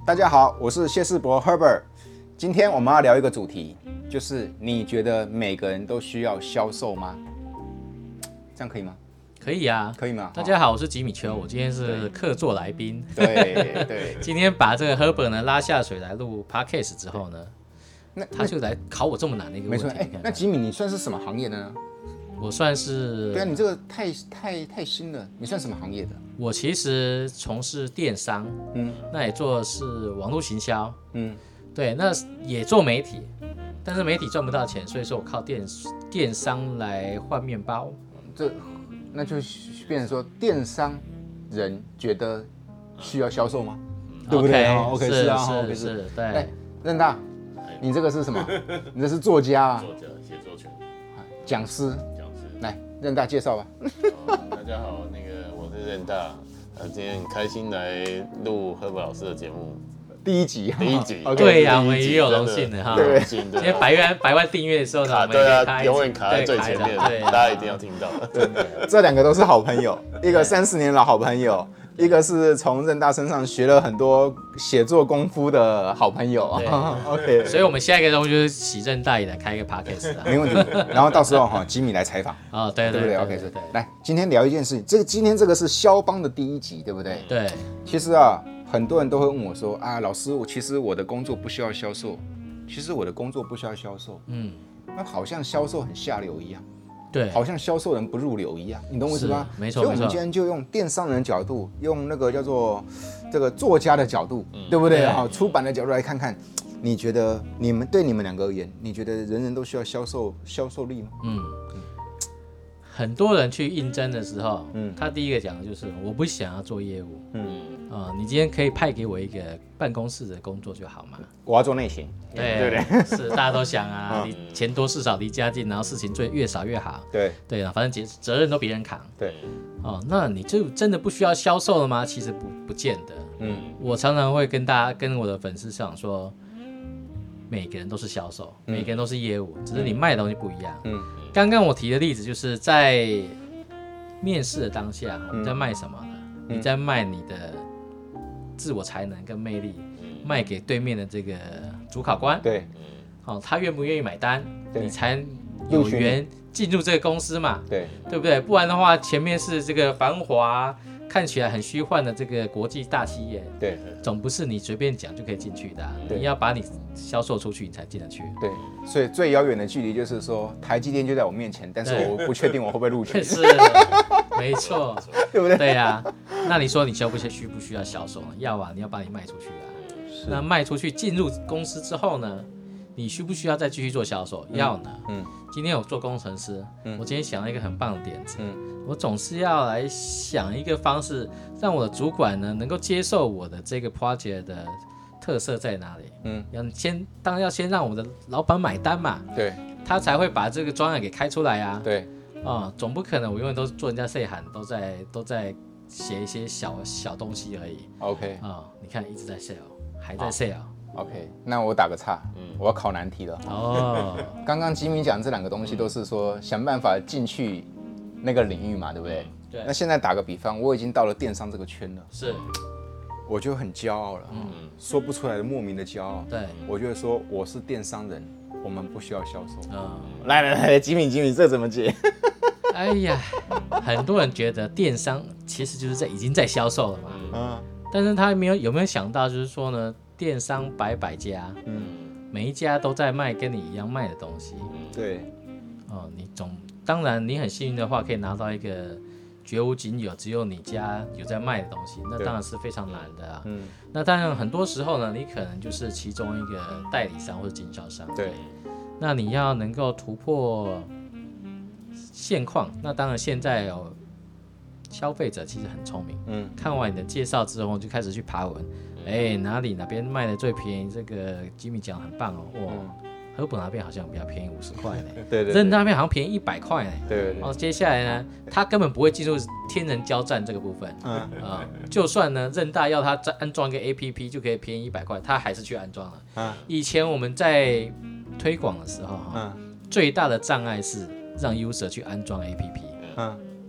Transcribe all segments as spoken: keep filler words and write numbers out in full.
大家好，我是谢世博 Herbert。今天我们要聊一个主题，就是你觉得每个人都需要销售吗？这样可以吗？ 可以啊， 可以吗？ 大家好，我是吉米邱，我今天是客座来宾。 对对， 今天把这个 Herbert 呢拉下水来录 Podcast 之后呢，那他就来考我这么难的一个问题。 没错，哎，那吉米你算是什么行业的呢？ 我算是， 对啊，你这个太太太新了，你算什么行业的？ 我其实从事电商，嗯，那也做的是网络行销，嗯，对，那也做媒体，但是媒体赚不到钱，所以说我靠电电商来换面包。 这那就变成说，电商人觉得需要销售吗？对不对 ？OK， 是啊是 ，OK 是，对。 哎，任大，你这个是什么？你这是作家啊？ 作家、写作权、 讲师。 讲师。 来，任大介绍吧。 大家好，那个我是任大，呃，今天很开心来录Herbert老师的节目， 第一集， 第一集。 对呀，我们也有荣幸的哈。 对，今天百万百万订阅的时候呢， 对啊，永远卡在最前面，大家一定要听到。 对，这两个都是好朋友，一个三十年老好朋友。一个是从任大身上学了很多写作功夫的好朋友，OK。 所以我们下一个任务就是洗任大也来开一个 podcast， 没问题。然后到时候哈，吉米来采访， 哦，对对不对 ？OK， 对。 来，今天聊一件事情，这个今天这个是肖邦的第一集，对不对？ 对。 其实啊，很多人都会问我说啊，老师，我其实我的工作不需要销售，其实我的工作不需要销售，嗯，那好像销售很下流一样。 对， 好像销售人不入流一样，你懂我意思吗？ 没错， 所以我们今天就用电商人的角度，用那个叫做这个作家的角度，嗯、对不对？好，出版的角度来看看，你觉得你们对你们两个而言，你觉得人人都需要销售销售力吗？嗯， 嗯很多人去应征的时候，嗯，他第一个讲的就是我不想要做业务，嗯啊、呃，你今天可以派给我一个办公室的工作就好嘛。 我要做内勤， 对对不对？ 是大家都想啊，嗯、钱多事少离家近，然后事情最越少越好。 对对啊，反正责任都别人扛。 对哦，那你就真的不需要销售了吗？其实不不见得。嗯，我常常会跟大家跟我的粉丝讲说，每个人都是销售，嗯、每个人都是业务，只是你卖的东西不一样。嗯，刚刚我提的例子就是在面试的当下，我们在卖什么呢？嗯、你在卖你的自我才能跟魅力。卖给对面的这个主考官， 对， 哦，他愿不愿意买单，你才有缘进入这个公司嘛， 对， 对不对？不然的话，前面是这个繁华、看起来很虚幻的这个国际大企业， 对， 总不是你随便讲就可以进去的、啊，你要把你销售出去，你才进得去。 对，所以最遥远的距离就是说，台积电就在我面前，但是我不确定我会不会录取。 是，没错， 对不对？ 对呀、啊，那你说你需不需不需要销售呢？要啊，你要把你卖出去啊。那卖出去进入公司之后呢，你需不需要再继续做销售？嗯、要呢。嗯，今天我做工程师，嗯、我今天想了一个很棒的点子，嗯、我总是要来想一个方式，让我的主管呢能够接受我的这个 project 的特色在哪里。嗯，要先当然要先让我的老板买单嘛， 对， 他才会把这个专案给开出来啊。 对， 啊、嗯，总不可能我永远都做人家 say 喊，都在都在写一些小小东西而已。 OK， 啊、嗯，你看一直在 sell。还在 sale。OK， 那我打个岔，嗯、我要考难题了。 哦， 刚刚吉米讲这两个东西都是说想办法进去那个领域嘛，对不对？ 对。 那现在打个比方，我已经到了电商这个圈了， 是， 我就很骄傲了，嗯，说不出来的莫名的骄傲。 对， 我就会说我是电商人，我们不需要销售。嗯，来来来，吉米吉米，这怎么解？ 哎呀，很多人觉得电商其实就是在已经在销售了嘛。嗯。但是他没有有没有想到，就是说呢，电商百百家，嗯，每一家都在卖跟你一样卖的东西， 对， 哦，你总当然你很幸运的话，可以拿到一个绝无仅有、只有你家有在卖的东西，那当然是非常难的啊。嗯，那当然很多时候呢，你可能就是其中一个代理商或者经销商， 对， 那你要能够突破现况，那当然现在有。消费者其实很聪明，嗯，看完你的介绍之后就开始去爬文，哎、欸，哪里哪边卖的最便宜？这个吉米讲很棒哦，哇，河本那边好像比较便宜五十块呢， 对对， 任那边好像便宜一百块呢， 对对对。 哦，接下来呢，他根本不会进入天人交战这个部分，嗯啊、呃，就算呢任大要他安装一个 A P P 就可以便宜一百块，他还是去安装了。嗯，以前我们在推广的时候，嗯，最大的障碍是让 user 去安装 A P P， 嗯。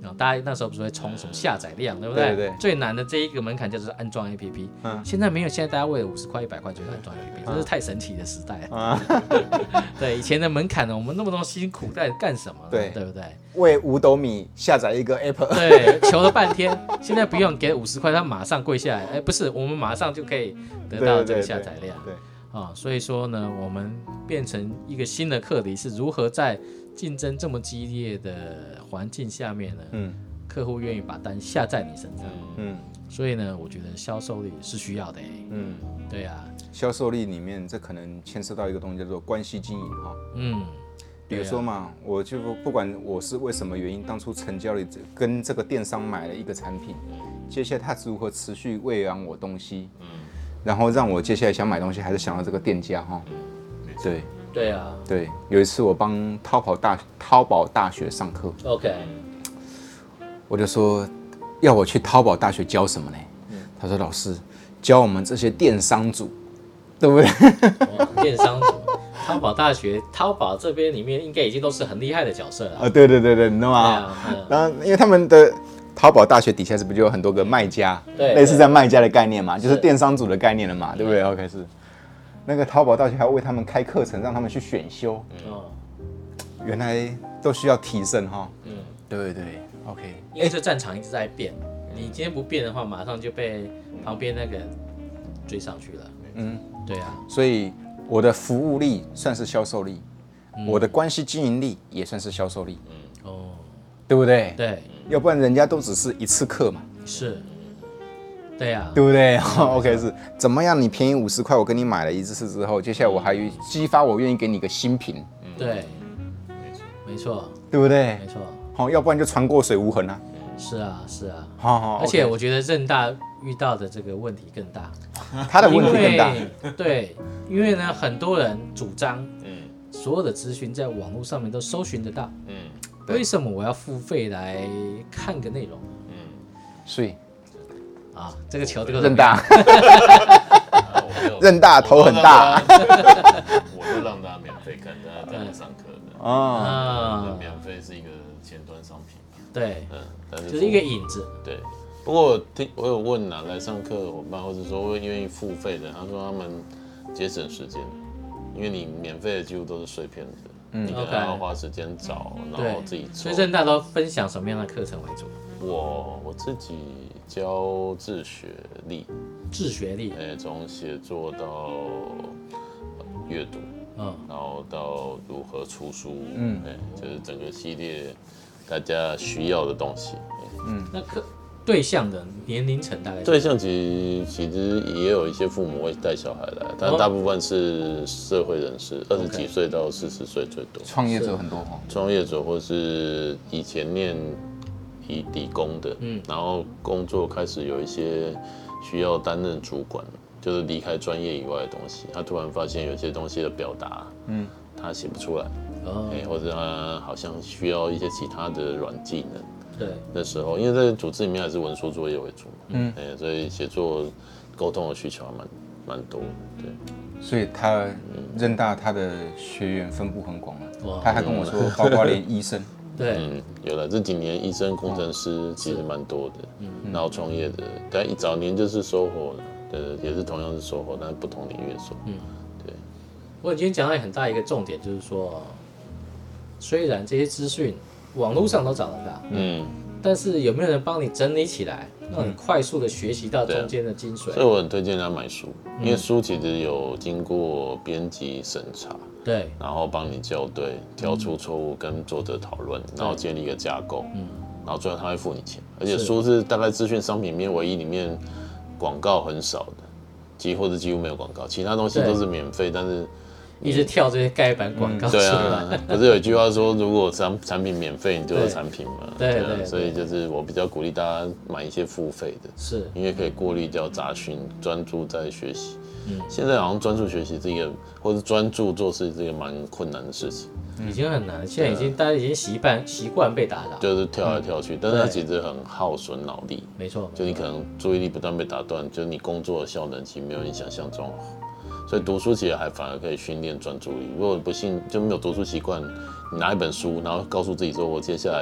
啊，大家那时候不是会冲什么下载量，对不对？ 对对对最难的这一个门槛就是安装 A P P。嗯，现在没有，现在大家为了五十块、一百块就安装 A P P，、嗯、这是太神奇的时代。啊，对，以前的门槛呢，我们那么多辛苦在干什么？ 对， 对不对？ 为五斗米下载一个 app， 对，求了半天，现在不用给五十块，他马上跪下来。哎，不是，我们马上就可以得到这个下载量。 对。对对啊、哦，所以说呢，我们变成一个新的课题，是如何在竞争这么激烈的环境下面呢，嗯，客户愿意把单下在你身上，嗯，所以呢，我觉得销售力是需要的，嗯，对啊， 销售力里面这可能牵涉到一个东西叫做关系经营哈，嗯，比如说嘛，啊、我就不管我是为什么原因当初成交了跟这个电商买了一个产品，接下来他如何持续喂养我东西，嗯。然后让我接下来想买东西，还是想到这个店家哈。对对啊， 对，有一次我帮淘宝大淘宝大学上课 ，OK， 我就说要我去淘宝大学教什么呢？嗯、他说老师教我们这些电商组，对不对？ 电商组，淘宝大学，淘宝这边里面应该已经都是很厉害的角色了。 啊，对对对对，你知道吗？然后因为他们的。淘宝大学底下是不是就有很多个卖家，类似在卖家的概念嘛，就是电商组的概念了嘛，对不对 ？OK 是，那个淘宝大学还要为他们开课程，让他们去选修，嗯、原来都需要提升哈，嗯，对对 ，OK， 因为这战场一直在变，你今天不变的话，马上就被旁边那个追上去了，嗯，对啊， 所以我的服务力算是销售力，嗯、我的关系经营力也算是销售力，嗯，哦，对不对？ 对。 要不然人家都只是一次课嘛， 是，对呀、啊， 对不对、嗯、？OK 是怎么样？你便宜五十块，我跟你买了一次之后，接下来我还激发我愿意给你个新品， 嗯、对，没错，没错， 对不对？ 没错， 好，要不然就船过水无痕啊。 是啊，是啊， 好好， 而且我觉得任大遇到的这个问题更大， 他的问题更大， 对，因为呢，很多人主张，嗯，所有的资讯在网络上面都搜寻得到，嗯。为什么我要付费来看个内容？嗯， 所以啊，这个球这个任大，任大头很大， 我就让大家免费看，大家在那上课的啊，免费是一个前端商品， 对，嗯，但是就是一个引子， 对。不过我听我有问哪来上课伙伴，或者说会愿意付费的，他说他们节省时间，因为你免费的几乎都是碎片的。你可能要花时间找，然后自己做。 所以任大都分享什么样的课程为主？ 我我自己教自学力， 自学力， 哎、欸，从写作到阅读，嗯，然后到如何出书，嗯，哎、欸，就是整个系列大家需要的东西，欸、 嗯，那课对象的年龄层大概？ 对象其实其实也有一些父母会带小孩来，但大部分是社会人士，二十几岁到四十岁最多。 创业者很多哈， 创业者或是以前念以理工的，嗯，然后工作开始有一些需要担任主管，就是离开专业以外的东西，他突然发现有些东西的表达，嗯，他写不出来，哦，欸，或者他好像需要一些其他的软技能。 对， 那时候因为在组织里面还是文书作业为主，嗯，欸，所以写作沟通的需求还蛮蛮多的，对。 所以他任大他的学员分布很广了，他还跟我说，包括连医生， 对， 嗯，有了这几年医生、工程师其实蛮多的，嗯，然后创业的，但一早年就是收获的，也是同样是收获，但是不同领域的收获，嗯，对。 我今天讲到很大一个重点，就是说，虽然这些资讯网络上都找得到，嗯，但是有没有人帮你整理起来，让你快速的学习到中间的精髓？ 所以我很推荐大家买书，因为书其实有经过编辑审查， 对， 然后帮你校对，挑出错误，跟作者讨论，然后建立一个架构，嗯，然后最后他会付你钱，而且书是大概资讯商品里面唯一里面广告很少的，几乎或者几乎没有广告，其他东西都是免费，但是一直跳这些盖板广告出来。对啊， 可是有一句话说，如果产产品免费，你就有产品嘛。 对对对， 所以就是我比较鼓励大家买一些付费的， 是， 因为可以过滤掉杂讯，专注在学习。嗯，现在好像专注学习这个，或是专注做事这个蛮困难的事情。 已经很难，现在已经大家已经习惯习惯被打扰， 就是跳来跳去，但是它其实很耗损脑力。 没错， 就你可能注意力不断被打断，就是你工作的效能其实没有你想象中好。所以读书其实还反而可以训练专注力。如果不信就没有读书习惯，你拿一本书，然后告诉自己说，我接下来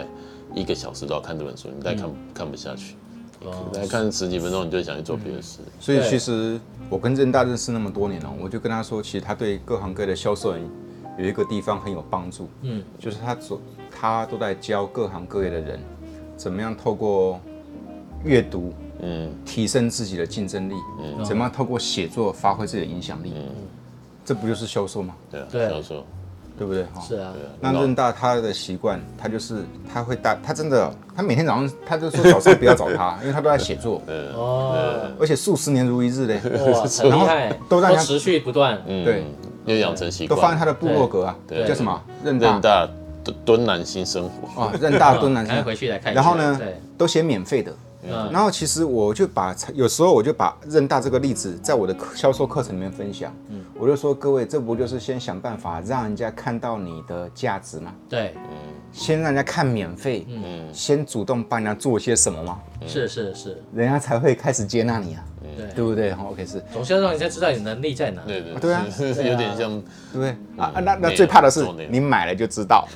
一个小时都要看这本书，你再看、嗯、看不下去。大概看十几分钟，你就想去做别的事。 嗯、所以其实我跟任大认识那么多年了，我就跟他说，其实他对各行各业的销售人有一个地方很有帮助，嗯，就是他走他都在教各行各业的人，怎么样透过阅读，嗯，提升自己的竞争力，嗯，怎么样透过写作发挥自己的影响力，嗯，这不就是销售吗？ 对啊，对，销售。 对不对？ 是啊， 那任大他的习惯，他就是他会带，他真的，他每天早上他就说早上不要找他，因为他都在写作。哦，而且数十年如一日嘞， 哇，很厉害， 都让他持续不断。 对， 又养成习惯， 都放在他的部落格啊，叫什么？ 任大敦南新生活啊，任大敦南新生活， 回去来看。 然后呢，都写免费的。然后其实我就把有时候我就把任大这个例子在我的销售课程里面分享，嗯，我就说各位，这不就是先想办法让人家看到你的价值吗？ 对， 嗯，先让人家看免费，嗯，先主动帮人家做些什么吗？ 是是是， 人家才会开始接纳你啊，对对不对？好 ，OK 是， 总是要让人家知道你能力在哪。 对对对啊， 有点像， 对不对？啊啊，那那最怕的是你买了就知道。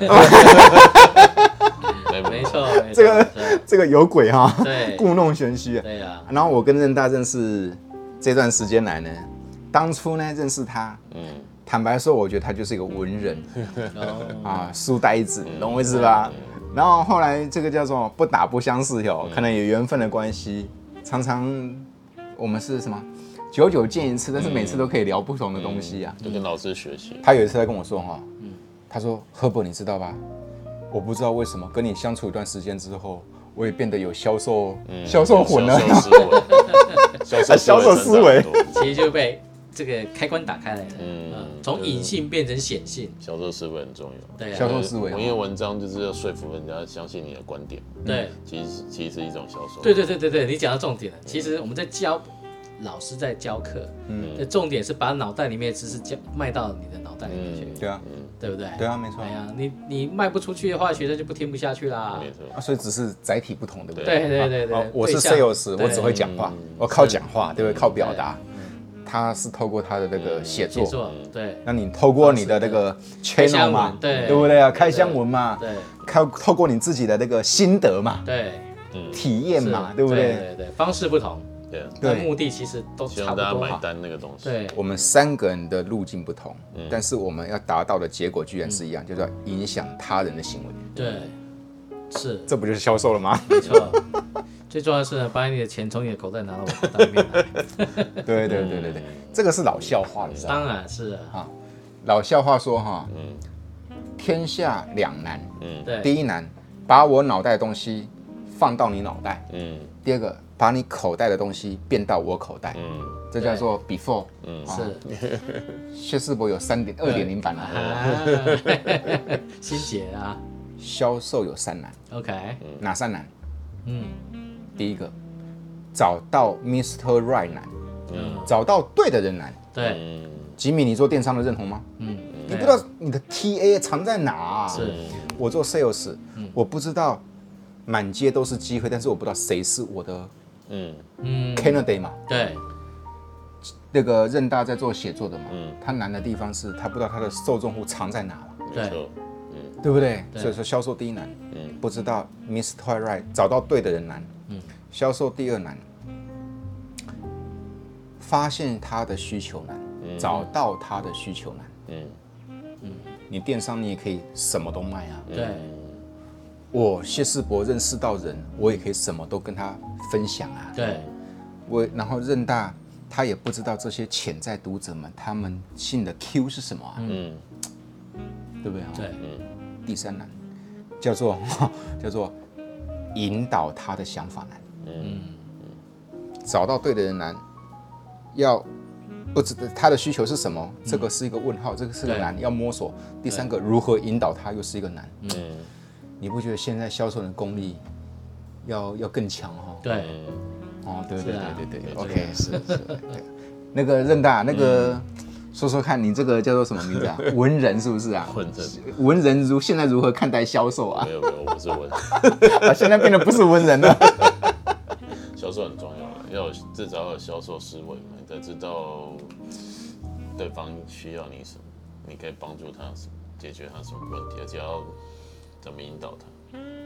没错， 这个这个有鬼哈， 对， 故弄玄虚。 对啊。 然后我跟任大认识这段时间来呢，当初呢认识他，嗯，坦白说，我觉得他就是一个文人，啊，书呆子，懂我意思吧？然后后来这个叫做不打不相识哟，可能有缘分的关系，常常我们是什么？久久见一次，但是每次都可以聊不同的东西啊， 就跟老师学习。 他有一次在跟我说哈，他说赫伯，你知道吧？我不知道为什么跟你相处一段时间之后，我也变得有销售销售魂了，销售思维， 其实就被这个开关打开来了，嗯，从隐性变成显性， 销售思维很重要， 对， 销售思维， 因为文章就是要说服人家相信你的观点， 对， 其实其实是一种销售， 对对对对对，你讲到重点了，其实我们在教。老师在教课，嗯，重点是把脑袋里面的知识教卖到你的脑袋里面去， 对啊， 对不对？ 对啊，没错。 哎呀，你你卖不出去的话，学生就不听不下去啦。 没错， 啊，所以只是载体不同，对不对？ 对对对对， 我是 sales， 我只会讲话，我靠讲话，对不对？靠表达。他是透过他的那个写作， 写作，对。 那你透过你的那个 channel 嘛，对不对啊？开箱文嘛， 对。 靠透过你自己的那个心得嘛， 对， 体验嘛，对不对？ 对对，方式不同。对，但目的其实都差不多。希望大家买单那个东西。 对， 我们三个人的路径不同，嗯、但是我们要达到的结果居然是一样，嗯、就是要影响他人的行为。 对，是。 这不就是销售了吗？ 没错。最重要的是呢，把你的钱从你的口袋拿到我口袋里面来。 对对对对对，这个是老笑话，你知道吗？ 当然是啊。 老笑话说哈，嗯，天下两难， 嗯，对。 第一难，把我脑袋的东西放到你脑袋，嗯。第二个。把你口袋的东西变到我口袋，嗯，这叫做 before， 嗯， 是。 谢世博有三点二点零版了，心结啊。 销售有三难 ，OK， 哪三难？嗯，第一个，找到 mister Right 难，嗯，找到对的人难， 对。 吉米，你做电商的认同吗？嗯，你不知道你的 T A 藏在哪？ 是。 我做 sales，我不知道满街都是机会，但是我不知道谁是我的。嗯嗯 ，Candidate 嘛， 对， 那个任大在做写作的嘛，嗯，他难的地方是他不知道他的受众户藏在哪嘛， 对， 嗯，对不对？所以说销售第一难，嗯，不知道 mister Right 找到对的人难，嗯，销售第二难，发现他的需求难，嗯、找到他的需求难，嗯嗯，你电商你也可以什么都卖啊， 对。 我谢世博认识到人，我也可以什么都跟他分享啊。 对， 我然后任大他也不知道这些潜在读者们他们信的 Q 是什么啊？嗯，对不对？ 对， 嗯。第三难叫做叫做引导他的想法难。嗯，找到对的人难，要不知道他的需求是什么，这个是一个问号，这个是个难，要摸索。第三个如何引导他又是一个难。嗯。你不觉得现在销售的功力要要更强哈？ 对， 哦，对对对对对 ，OK， 是是。那个任大，那个说说看你这个叫做什么名字啊？文人是不是啊？ 文人， 文人如现在如何看待销售啊？ 没有没有，我不是文人， 现在变得不是文人了。 销售很重要，要有至少要有销售思维嘛，你才知道对方需要你什么，你可以帮助他什么，解决他什么问题，而且要。怎么引导他？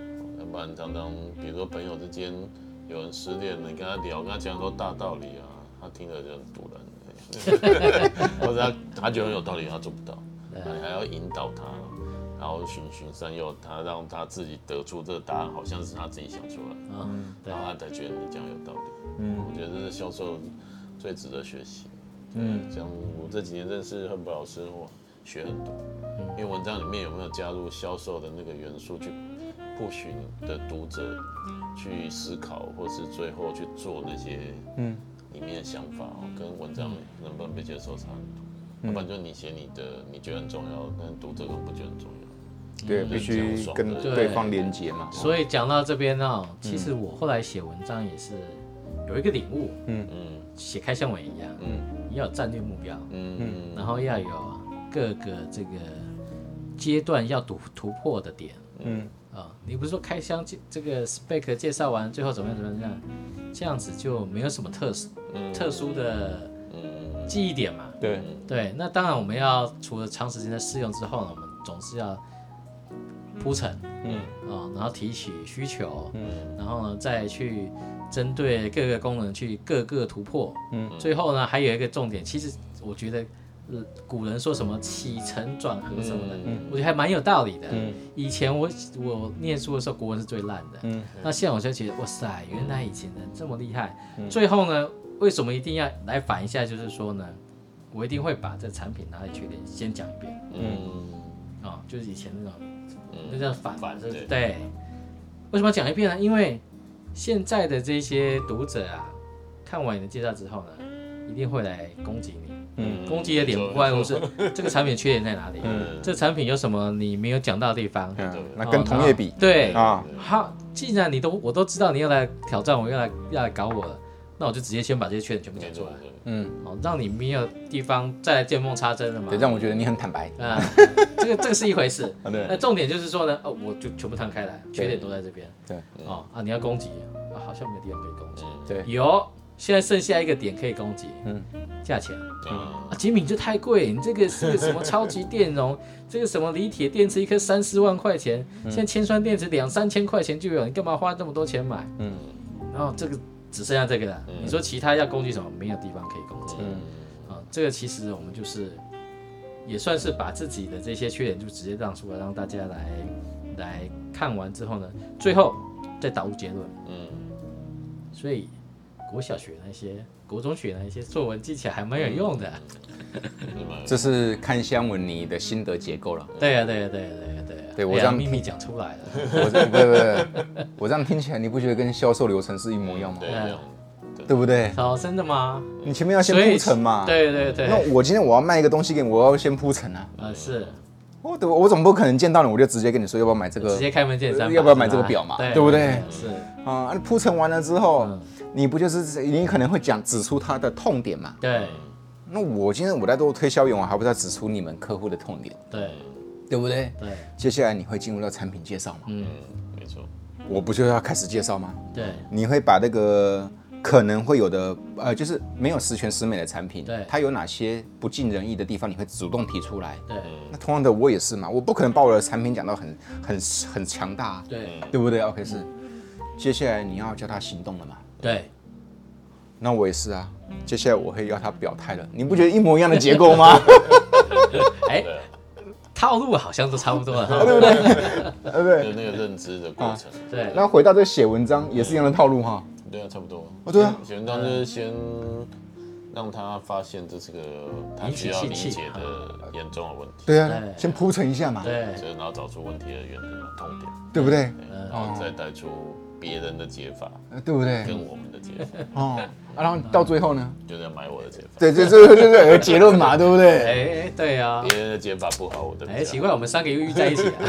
要不然常常比如说朋友之间有人失恋了，你跟他聊，跟他讲很多大道理啊，他听了就很堵然，或者他他觉得很有道理，他做不到，你还要引导他，然后循循善诱他，让他自己得出这个答案，好像是他自己想出来，嗯，然后他才觉得你讲有道理。嗯，我觉得这是销售最值得学习。嗯，像我这几年认识亨伯老师，我学很多，因为文章里面有没有加入销售的那个元素去push你的读者去思考，或是最后去做那些嗯里面的想法哦，跟文章能不能被接受差很多。嗯、要不然就你写你的，你觉得很重要，但读者可能不觉得很重要。 对，必须跟对方连结嘛。 所以讲到这边呢，其实我后来写文章也是有一个领悟，嗯嗯，写开箱文一样，嗯，要有战略目标，嗯嗯，然后要有各个这个阶段要突突破的点，嗯啊，你不是说开箱这个 spec 介绍完，最后怎么样怎么样，这样子就没有什么特殊、嗯、特殊的记忆点嘛？ 对对，那当然我们要除了长时间的试用之后呢，我们总是要铺陈，嗯啊，然后提取需求，嗯，然后呢再去针对各个功能去各个突破，嗯，最后呢还有一个重点，其实我觉得。古人说什么起承转合什么的，嗯、我觉得还蛮有道理的。嗯、以前我我念书的时候，国文是最烂的。嗯、那现在我就觉得，哇塞，原来以前人这么厉害。嗯、最后呢，为什么一定要来反一下？就是说呢，我一定会把这产品哪里缺点先讲一遍。嗯，啊、哦，就是以前那种，嗯、那叫反，反对对。为什么要讲一遍呢？因为现在的这些读者啊，看完你的介绍之后呢，一定会来攻击你。嗯，攻击的点不外乎是这个产品缺点在哪里，嗯，这个产品有什么你没有讲到的地方， 嗯，那跟同业比， 哦、对啊，好，既然你都我都知道你要来挑战我，要来要来搞我了，那我就直接先把这些缺点全部讲出来，嗯，好，让你没有地方再来见缝插针了嘛， 对，让我觉得你很坦白啊，这个这个是一回事，那重点就是说呢，哦，我就全部摊开来，缺点都在这边，对，哦啊，你要攻击啊，好像没有地方可以攻击，对，有。现在剩下一个点可以攻击，嗯，价钱，嗯、啊，精品就太贵，你这个是个什么超级电容，这个什么锂铁电池一颗三四万块钱，嗯、现在铅酸电池两三千块钱就有，你干嘛花这么多钱买？嗯，然后这个只剩下这个了，嗯、你说其他要攻击什么？没有地方可以攻击，嗯，啊，这个其实我们就是也算是把自己的这些缺点就直接让出来，让大家来来看完之后呢，最后再导入结论，嗯，所以。国小学那些，国中学那些作文记起来还蛮有用的。 这是看香文你的心得结构了。 对呀、啊，对呀、啊，对呀、啊，对呀、啊，对呀、啊。 对我这样秘密讲出来了。 我这不不不，我这样听起来，你不觉得跟销售流程是一模一样吗？对，对不对？ 哦，真的吗？ 你前面要先铺陈嘛。 对对对。 那我今天我要卖一个东西给你，我要先铺陈啊。 啊，是。 我我总不可能见到你我就直接跟你说要不要买这个？ 直接开门见山。 要不要买这个表嘛？对不对？ 是。 啊，铺陈完了之后。你不就是你可能会讲指出他的痛点嘛？ 对。 那我今天我在做推销员，我还不是要指出你们客户的痛点？ 对， 对不对？ 对。 接下来你会进入到产品介绍嘛？ 嗯，没错。 我不就要开始介绍吗？ 对。 你会把那个可能会有的呃，就是没有十全十美的产品， 对， 它有哪些不尽人意的地方，你会主动提出来。 对。 那同样的我也是嘛，我不可能把我的产品讲到很很很强大， 对， 对不对 ？OK 是。接下来你要叫他行动了嘛？ 对。 那我也是啊，接下来我会要他表态了，你不觉得一模一样的结构吗？ 哎，套路好像都差不多了， 对不对？对不对？ 有那个认知的过程。 对。 那回到这写文章也是一样的套路哈。 对啊，差不多。 哦，对啊。 写文章就是先让他发现这是个他需要理解的严重的问题。 对啊，先铺陈一下嘛。 对。 然后找出问题的源头痛点， 对不对？ 然后再带出别人的解法， 对不对？ 跟我们的解法。 哦。然后到最后呢， 就是要买我的解法。 对，这这这这有结论嘛，对不对？ 哎，对啊。 别人的解法不好，我的。 哎，奇怪，我们三个又遇在一起啊。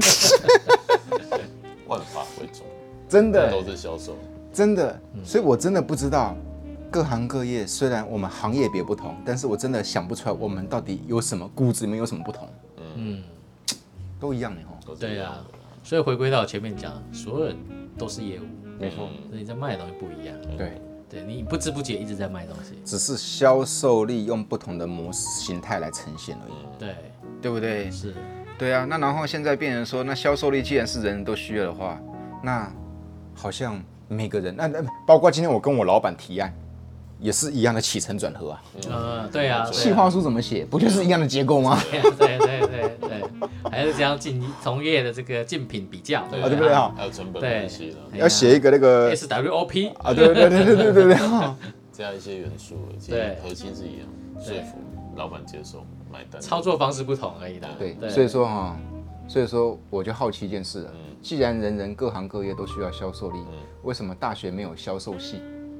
万法为宗， 真的都是销售， 真的。所以我真的不知道，各行各业虽然我们行业别不同，但是我真的想不出来我们到底有什么骨子里面有什么不同。嗯，都一样的哦。 对啊，所以回归到前面讲，所有人都是业务， 没错。 你在卖的东西不一样。 对。 对你不知不觉一直在卖东西， 只是销售力用不同的模式形态来呈现而已。 对， 对不对？ 是， 对啊。那然后现在变成说，那销售力既然是人人都需要的话， 那好像每个人，那那包括今天我跟我老板提案，也是一样的起承转合啊。 嗯，对啊， 企划书怎么写，不就是一样的结构吗？ 对对对对对，还是这样进同业的这个竞品比较，对对不对哈？ 还有成本分析了， 要写一个那个 S W O P 啊，对对对对对对对， 加一些元素，其实核心是一样，说服老板接受买单， 操作方式不同而已啦。 对，所以说哈，所以说我就好奇一件事了，既然人人各行各业都需要销售力，为什么大学没有销售系？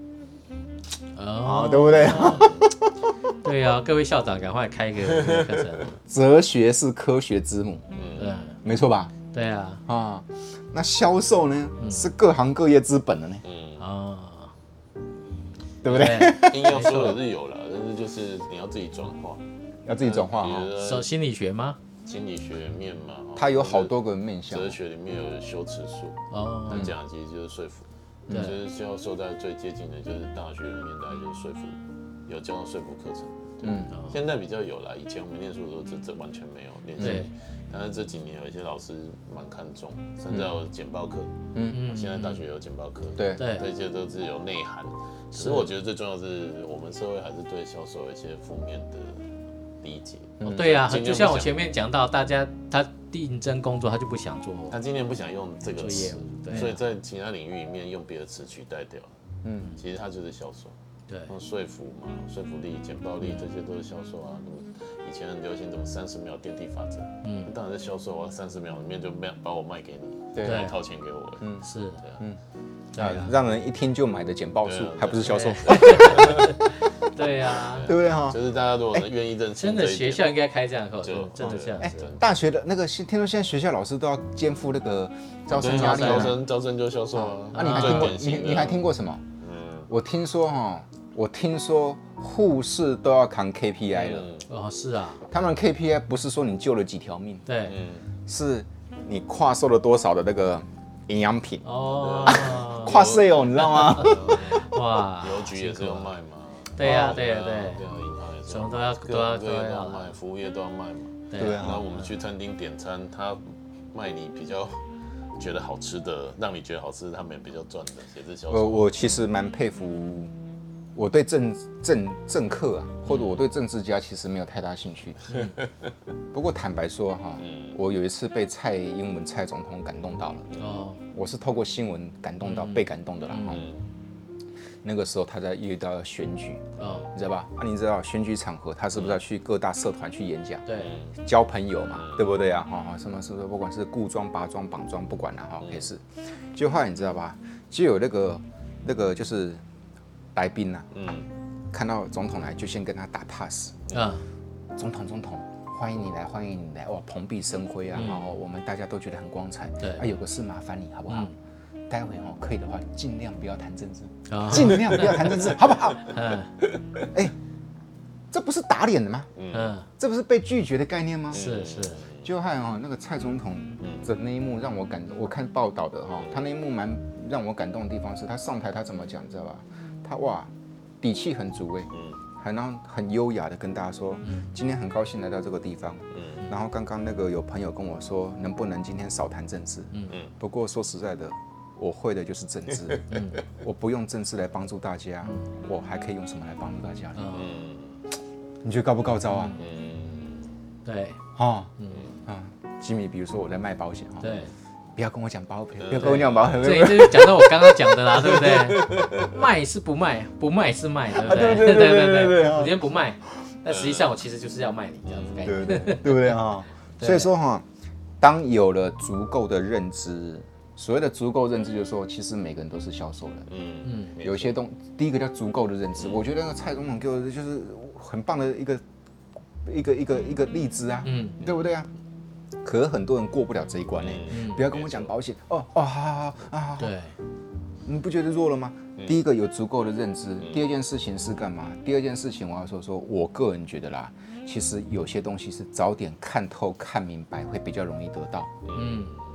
啊，对不对？ 对啊，各位校长赶快开一个课程。 哲学是科学之母，嗯，没错吧？ 对啊， 啊，那销售呢是各行各业之本的呢， 嗯啊， 对不对？ 硬要说也是有了，但是就是你要自己转化， 要自己转化哈。 手心理学吗？ 心理学面嘛， 它有好多个面向。 哲学里面有修辞术，哦，那讲其实就是说服。就是销售在最接近的，就是大学里面大概就是说服，有教到说服课程。嗯，现在比较有啦，以前我们念书的时候这这完全没有练习，但是这几年有一些老师蛮看重，甚至有简报课。嗯嗯，现在大学有简报课， 对对， 这些都是有内涵。其实我觉得最重要是我们社会还是对销售有一些负面的理解。 对啊，就像我前面讲到，大家他应征工作他就不想做， 他今天不想用这个词，所以在其他领域里面用别的词取代掉。嗯，其实他就是销售， 对， 用说服嘛，说服力、简报力这些都是销售啊。以前很流行怎么三十秒电梯法则，嗯，当然是销售啊，三十秒里面就把我卖给你，对，然后掏钱给我， 嗯，是，对啊，嗯， 啊，让人一听就买的简报术，还不是销售。 对呀， 对不对哈？ 就是大家如果愿意认清， 真的学校应该开这样课，真的这样子。 大学的那个，听说现在学校老师都要肩负那个招生压力， 招生招生就销售啊。 啊，你还听过你你还听过什么？嗯，我听说哈，我听说护士都要扛 K P I 了。 哦，是啊， 他们 K P I 不是说你救了几条命， 对， 是你跨售了多少的那个营养品哦， 跨 sale 你知道吗？ 哇， 邮局也是有卖嘛。 对呀，对呀，对， 银行也是， 什么都要都要都要卖，服务业都要卖嘛。 对啊。 然后我们去餐厅点餐，他卖你比较觉得好吃的，让你觉得好吃，他们也比较赚的，也是销售。 我我其实蛮佩服，我对政政政客啊，或者我对政治家其实没有太大兴趣。不过坦白说哈，我有一次被蔡英文蔡总统感动到了。哦。我是透过新闻感动到，被感动的啦。那个时候他在遇到选举，哦，你知道吧？啊，你知道选举场合他是不是要去各大社团去演讲？ 对， 交朋友嘛，对不对啊？哈，什么是不是不管是固装、拔装、绑装，不管了哈，也是。就后来你知道吧？就有那个那个就是来宾呐，嗯，看到总统来就先跟他打 pass，啊，总统总统，欢迎你来，欢迎你来，哇，蓬荜生辉啊，然后我们大家都觉得很光彩。对，啊，有个事麻烦你好不好？待会哦，可以的话，尽量不要谈政治，尽量不要谈政治，好不好？嗯，哎，这不是打脸的吗？嗯，这不是被拒绝的概念吗？ 是是。 就还有那个蔡总统的那一幕让我感动，我看报道的哈，他那一幕蛮让我感动的地方是他上台他怎么讲，你知道吧？他哇，底气很足哎，还然后很优雅的跟大家说，今天很高兴来到这个地方，然后刚刚那个有朋友跟我说，能不能今天少谈政治？嗯嗯。不过说实在的。我会的就是政治，嗯，我不用政治来帮助大家，我还可以用什么来帮助大家？嗯，你觉得高不高招啊？ 嗯，对， 哈，嗯啊，吉米，比如说我在卖保险， 对， 不要跟我讲保险，不要跟我讲保险， 这就是讲到我刚刚讲的啦，对不对？卖是不卖，不卖是卖，对不对？ 对对对对对， 我今天不卖，但实际上我其实就是要卖你这样子概念， 对对对不对哈？所以说哈，当有了足够的认知。所谓的足够认知，就是说，其实每个人都是销售人。嗯嗯，有一些东，第一个叫足够的认知。我觉得那个蔡总统给我的就是很棒的一个一个一个一个例子啊，嗯，对不对啊？可是很多人过不了这一关呢。不要跟我讲保险哦哦，好好好啊， 对， 你不觉得弱了吗？第一个有足够的认知，第二件事情是干嘛？第二件事情我要说说，我个人觉得啦，其实有些东西是早点看透、看明白，会比较容易得到。嗯。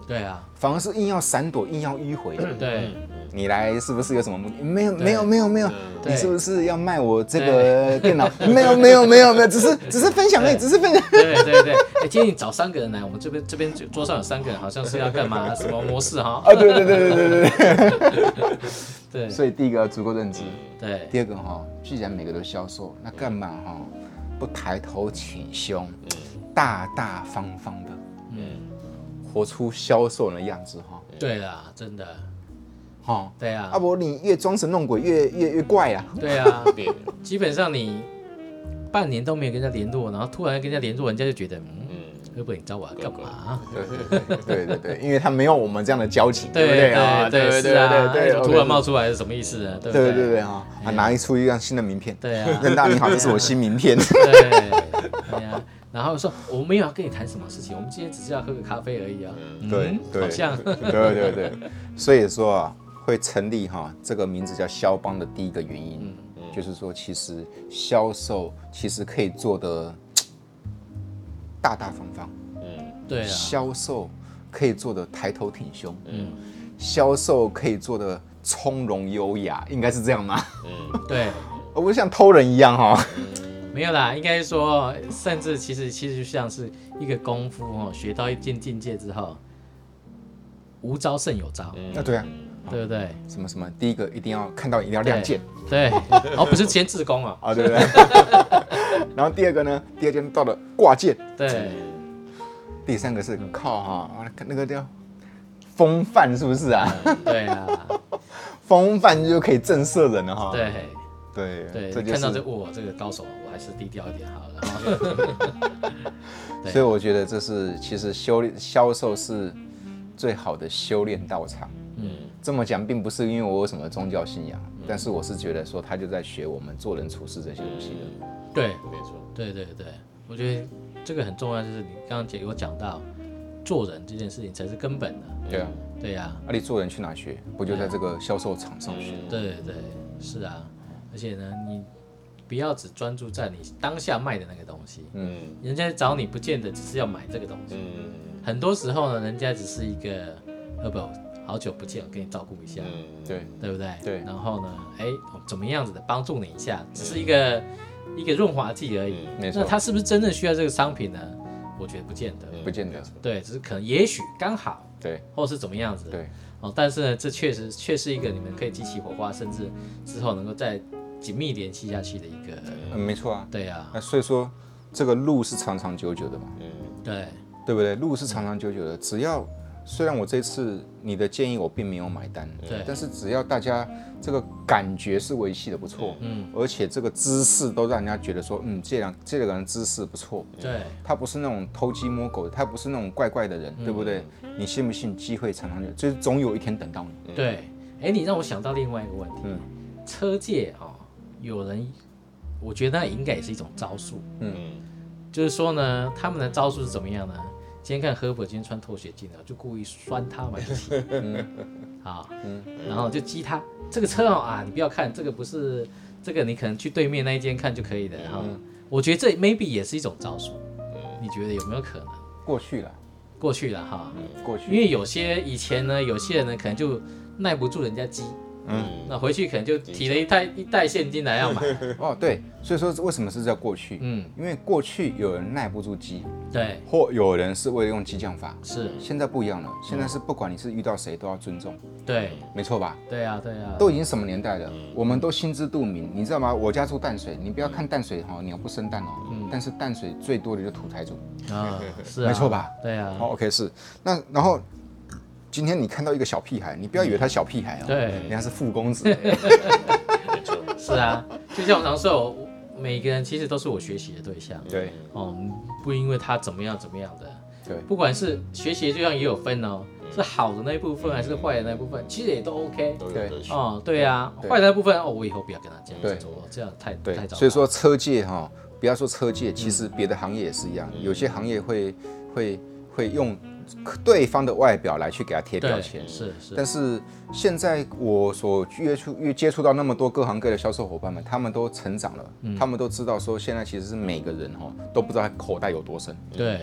对啊， 反而是硬要闪躲，硬要迂回。 对， 你来是不是有什么目的？没有，没有，没有，没有。 对你是不是要卖我这个电脑？没有，没有，没有，没有，只是只是分享而已，只是分享。 对对对，哎，今天你找三个人来，我们这边这边桌上有三个人，好像是要干嘛？什么模式哈？ 啊，对对对对对对对。 对， 所以第一个要足够认知， 对。 第二个哈，既然每个都销售，那干嘛哈不抬头挺胸，大大方方的，嗯，活出销售人的样子哈？ 对啦，真的。 哈， 对啊， 阿伯你越装神弄鬼越越越怪啊。 对啊，基本上你半年都没有跟人家联络，然后突然跟人家联络，人家就觉得，嗯，会不会你找我干嘛？ 对对对对，因为他没有我们这样的交情，对不对啊？ 对对对对对， 突然冒出来是什么意思呢？对对对对哈，他拿一出一张新的名片， 对啊， 任大你好，这是我新名片。 对对啊。然后说我没有要跟你谈什么事情，我们今天只是要喝个咖啡而已啊。 对对， 好像。 对对对，所以说啊。会成立哈这个名字叫销帮的第一个原因，嗯、就是说其实销售其实可以做的大大方方，嗯， 对啊， 销售可以做的抬头挺胸，嗯，销售可以做的从容优雅，应该是这样吗？ 嗯，对， 而不是像偷人一样哈。 没有啦，应该说，甚至其实其实就像是一个功夫哦，学到一定境界之后，无招胜有招。 啊，对啊。 对不对？ 什么什么，第一个一定要看到，一定要亮剑。 对，然后不是先自宫啊。 啊，对不对？然后第二个呢，第二件到了挂剑。 对。 第三个是靠哈，那个叫风范，是不是啊？ 对啊。 风范就可以震慑人了哈。 对。 对对，看到这我这个高手，我还是低调一点好了。 所以我觉得这是其实修销售是最好的修炼道场。嗯，这么讲并不是因为我有什么宗教信仰，嗯、但是我是觉得说他就在学我们做人处事这些东西的。 对， 没错。 对对对，我觉得这个很重要，就是你刚刚姐有讲到，做人这件事情才是根本的。 对啊， 对呀、啊。 啊，你做人去哪学？不就在这个销售场上学？ 对对对，是啊。而且呢，你不要只专注在你当下卖的那个东西。嗯。人家找你不见得只是要买这个东西。嗯。很多时候呢，人家只是一个，呃不。好久不见，我给你照顾一下，嗯， 对， 对不对？ 对。 然后呢，哎，怎么样子的帮助你一下，只是一个、嗯、一个润滑剂而已。 没错。 那他是不是真正需要这个商品呢？我觉得不见得， 不见得。 对，只是可能也许刚好， 对， 或是怎么样子， 对。 哦，但是呢，这确实却是一个你们可以激起火花，甚至之后能够再紧密联系下去的一个。 嗯，没错啊。 对啊。 那所以说，这个路是长长久久的嘛。嗯。 对。 对不对？路是长长久久的，只要。虽然我这次你的建议我并没有买单， 对， 但是只要大家这个感觉是维系的不错，嗯，而且这个姿势都让人家觉得说，嗯，这两这个人姿势不错， 对， 他不是那种偷鸡摸狗的，他不是那种怪怪的人，嗯、对不对？你信不信机会常常有，就是总有一天等到你。 对，哎，你让我想到另外一个问题，嗯，车界哈、哦，有人，我觉得那应该也是一种招数，嗯，就是说呢，他们的招数是怎么样呢？今天看赫伯今天穿拖鞋进来，就故意酸他买不起，嗯，好，嗯，然后就激他这个车哦啊，你不要看这个不是这个，你可能去对面那一间看就可以的哈。嗯、我觉得这 maybe 也是一种招数，你觉得有没有可能？ 过去了， 过去了哈， 嗯，过去， 因为有些以前呢，有些人呢可能就耐不住人家激。嗯，那回去可能就提了一袋一袋现金来要买。 哦，对，所以说为什么是叫过去？嗯，因为过去有人耐不住激， 对， 或有人是为了用激将法， 是。 现在不一样了，现在是不管你是遇到谁都要尊重。 对， 没错吧？ 对啊，对啊。 都已经什么年代了，我们都心知肚明，你知道吗？我家住淡水，你不要看淡水哈，鸟不生蛋哦，嗯，但是淡水最多的就土财主啊，是啊， 没错吧？ 对啊。 好 ，OK 是，那然后。今天你看到一个小屁孩，你不要以为他小屁孩哦， 对， 人家是富公子。 是啊，就像我常说，我每个人其实都是我学习的对象。 对， 哦，不因为他怎么样怎么样的， 对， 不管是学习的对象也有分哦，是好的那一部分还是坏的那一部分，其实也都 OK。 对， 哦，对啊，坏的那部分哦，我以后不要跟他这样做，这样太对太糟。 所以说车界哈，不要说车界，其实别的行业也是一样，有些行业会会会用。对方的外表来去给他贴标签， 是是。 但是现在我所接触、越接触到那么多各行各业的销售伙伴们，他们都成长了，嗯、他们都知道说，现在其实是每个人哈都不知道他口袋有多深。 对。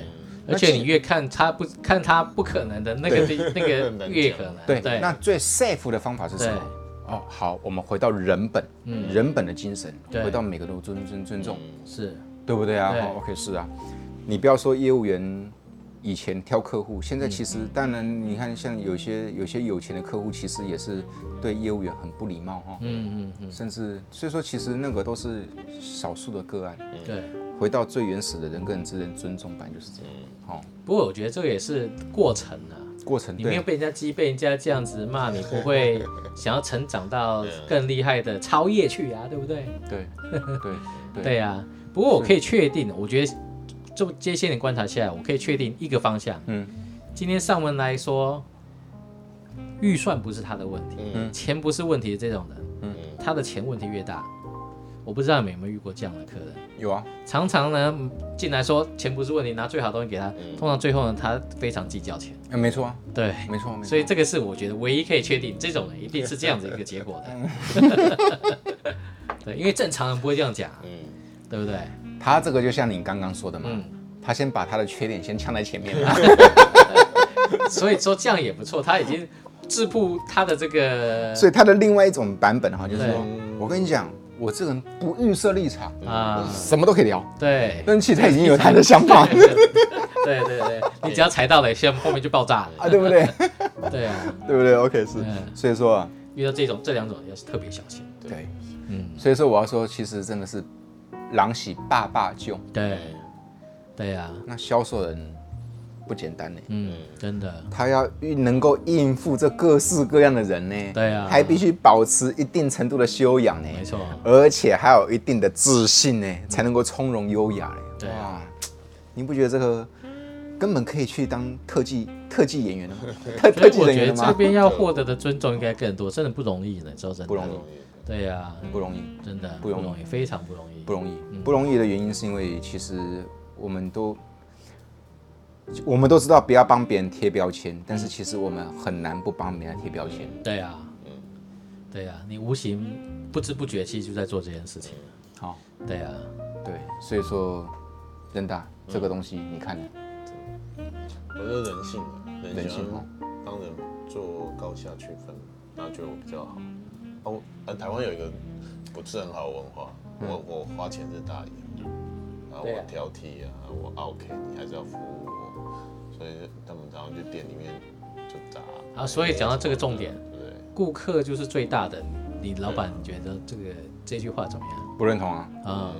而且你越看他不看他不可能的那个那个越可能。 对， 对， 那最 safe 的方法是什么？哦，好，我们回到人本，嗯，人本的精神，回到每个都尊尊尊重， 是， 对不对啊？好 ，OK， 是啊，你不要说业务员以前挑客户，现在其实当然你看，像有些有些有钱的客户，其实也是对业务员很不礼貌哈，嗯嗯嗯，甚至所以说其实那个都是少数的个案， 对， 回到最原始的人跟人之间尊重，本来就是这样，好， 不过我觉得这个也是过程啊。 过程， 你没有被人家激，被人家这样子骂，你不会想要成长到更厉害的超越去啊，对不对？ 对，对，对， 对啊。不过我可以确定，我觉得就这些年观察下来，我可以确定一个方向。嗯，今天上门来说，预算不是他的问题，嗯，钱不是问题的这种人，嗯，他的钱问题越大。我不知道你们有没有遇过这样的客人？ 有啊， 常常呢进来说钱不是问题，拿最好的东西给他，通常最后呢他非常计较钱。 嗯，没错啊， 对， 没错，没错。 所以这个是我觉得唯一可以确定，这种人一定是这样子一个结果的。对，因为正常人不会这样讲，嗯，对不对？ 他这个就像你刚刚说的嘛，嗯、他先把他的缺点先呛在前面了。 所以说这样也不错，他已经质朴他的这个。 所以他的另外一种版本哈，就是说，我跟你讲。我这个人不预设立场啊，什么都可以聊。 对， 但其实他已经有他的想法。 对对对，你只要踩到了，现在后面就爆炸了啊，对不对？ 对啊， 对不对 ？OK， 是。所以说啊， 遇到这种这两种要是特别小心。 对，嗯，所以说我要说，其实真的是狼喜爸爸救。 对，对啊， 那销售人不简单呢。 嗯，真的。 他要能够应付这各式各样的人呢。 对啊。 还必须保持一定程度的修养呢。 没错。 而且还有一定的自信呢，才能够从容优雅呢。 对啊。 你不觉得这个根本可以去当特技特技演员了吗？特特技人员了吗？ 我觉得这边要获得的尊重应该更多，真的不容易呢，说真的。 不容易。 对呀， 不容易， 真的不容易， 非常不容易。 不容易，不容易的原因是因为其实我们都。我们都知道不要帮别人贴标签，但是其实我们很难不帮别人贴标签。 对啊，嗯，对啊，你无形不知不觉其实就在做这件事情。 好， 对啊， 对，所以说，人大这个东西，你看， 我觉得人性啊，人性帮人做高下区分，那就比较好。哦，台湾有一个不是很好的文化，我我花钱是大爷。啊，我挑剔啊，我 OK， 你还是要服务我，所以他们常常去店里面就打啊。所以讲到这个重点， 对， 顾客就是最大的。你老板觉得这个这句话怎么样？ 不认同啊。 嗯，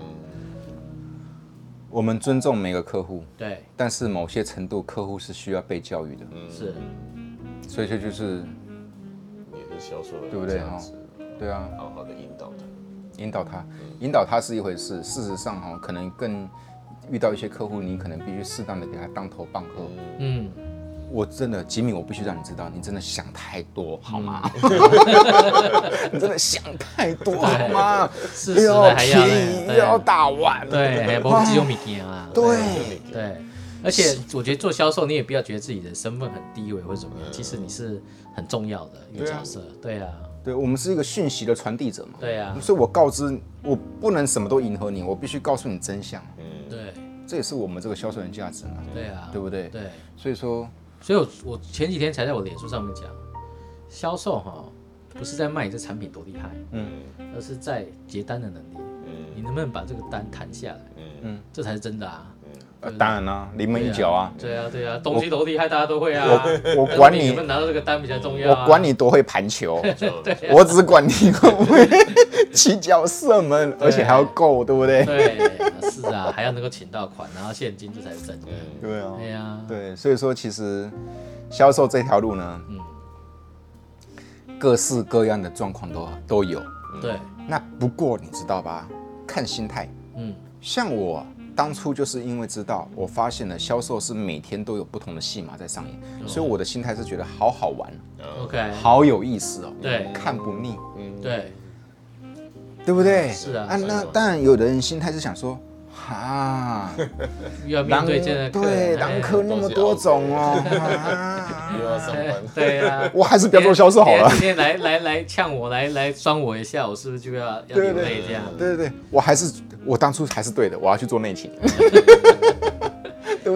我们尊重每个客户， 对， 但是某些程度客户是需要被教育的， 嗯，是， 所以这就是也是销售的对不对哈？对啊， 好好的引导他。 引导他，引导他是一回事。事实上，哈，可能更遇到一些客户，你可能必须适当的给他当头棒喝。嗯，我真的，吉米，我必须让你知道，你真的想太多，好吗？你真的想太多，好吗？ 事实的还要又要打完， 对，还不只有米件啊， 对对。而且我觉得做销售，你也不要觉得自己的身份很低微或者怎么样，其实你是很重要的一个角色。对啊。 对，我们是一个讯息的传递者嘛。 对啊， 所以我告知，我不能什么都迎合你，我必须告诉你真相。 嗯，对， 这也是我们这个销售人价值嘛。 对啊， 对不对？ 对， 所以说， 所以我我前几天才在我脸书上面讲，销售哈不是在卖你这产品多厉害，嗯，而是在结单的能力，嗯，你能不能把这个单谈下来，嗯，这才是真的啊。 呃，当然啦，临门一脚啊！ 对啊，对啊，东西多厉害，大家都会啊。 我我管你能不能拿到这个单比较重要。 我管你多会盘球，我只管你会不会起脚射门，而且还要够，对不对？ 对，是啊，还要能够请到款，然后现金，这才是真的。 对啊， 对啊， 对，所以说其实销售这条路呢，各式各样的状况都都有。 对， 那不过你知道吧？看心态。嗯，像我。当初就是因为知道，我发现了销售是每天都有不同的戏码在上演，嗯、所以我的心态是觉得好好玩 ，OK， 好有意思哦， 对， 看不腻， 嗯，对， 对不对？ 是啊， 啊，那当然，有的人心态是想说，哈， 又要面对这样的客对，当客那么多种哦， 又要上班， 对啊， 我还是不要做销售好了。 今天来来来呛我，来来酸我一下，我是不是就要要流泪这样？ 对对对，我还是我当初还是对的，我要去做内勤，对不对？